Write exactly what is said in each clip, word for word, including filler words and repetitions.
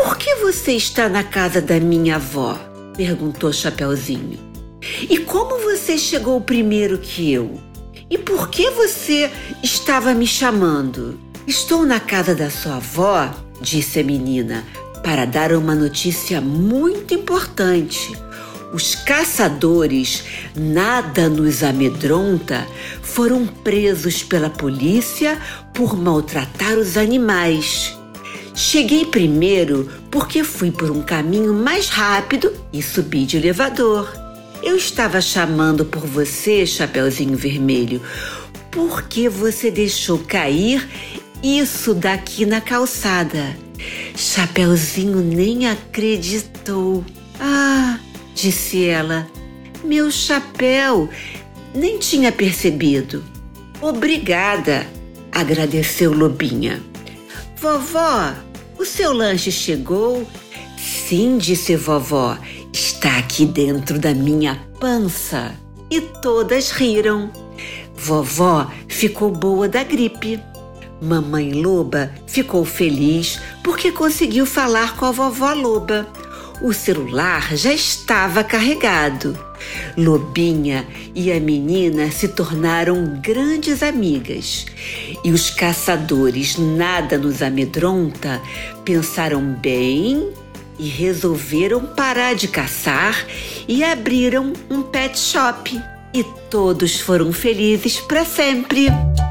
por que você está na casa da minha avó? Perguntou Chapeuzinho. E como você chegou primeiro que eu? E por que você estava me chamando? Estou na casa da sua avó, disse a menina, para dar uma notícia muito importante. Os caçadores, nada nos amedronta, foram presos pela polícia por maltratar os animais. Cheguei primeiro porque fui por um caminho mais rápido e subi de elevador. Eu estava chamando por você, Chapeuzinho Vermelho, porque você deixou cair isso daqui na calçada. Chapeuzinho nem acreditou. Ah, disse ela, meu chapéu, nem tinha percebido. Obrigada, agradeceu Lobinha. Vovó, o seu lanche chegou? Sim, disse vovó, está aqui dentro da minha pança. E todas riram. Vovó ficou boa da gripe. Mamãe Loba ficou feliz porque conseguiu falar com a vovó Loba. O celular já estava carregado. Lobinha e a menina se tornaram grandes amigas. E os caçadores nada nos amedronta pensaram bem e resolveram parar de caçar e abriram um pet shop. E todos foram felizes para sempre.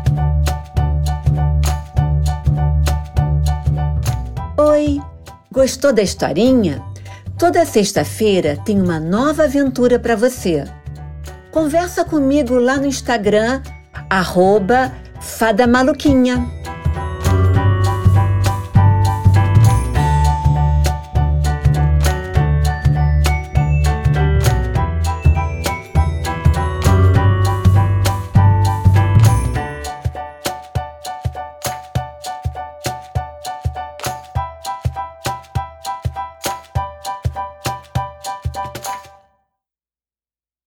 Oi, gostou da historinha? Toda sexta-feira tem uma nova aventura para você. Conversa comigo lá no Instagram, arroba Fada Maluquinha.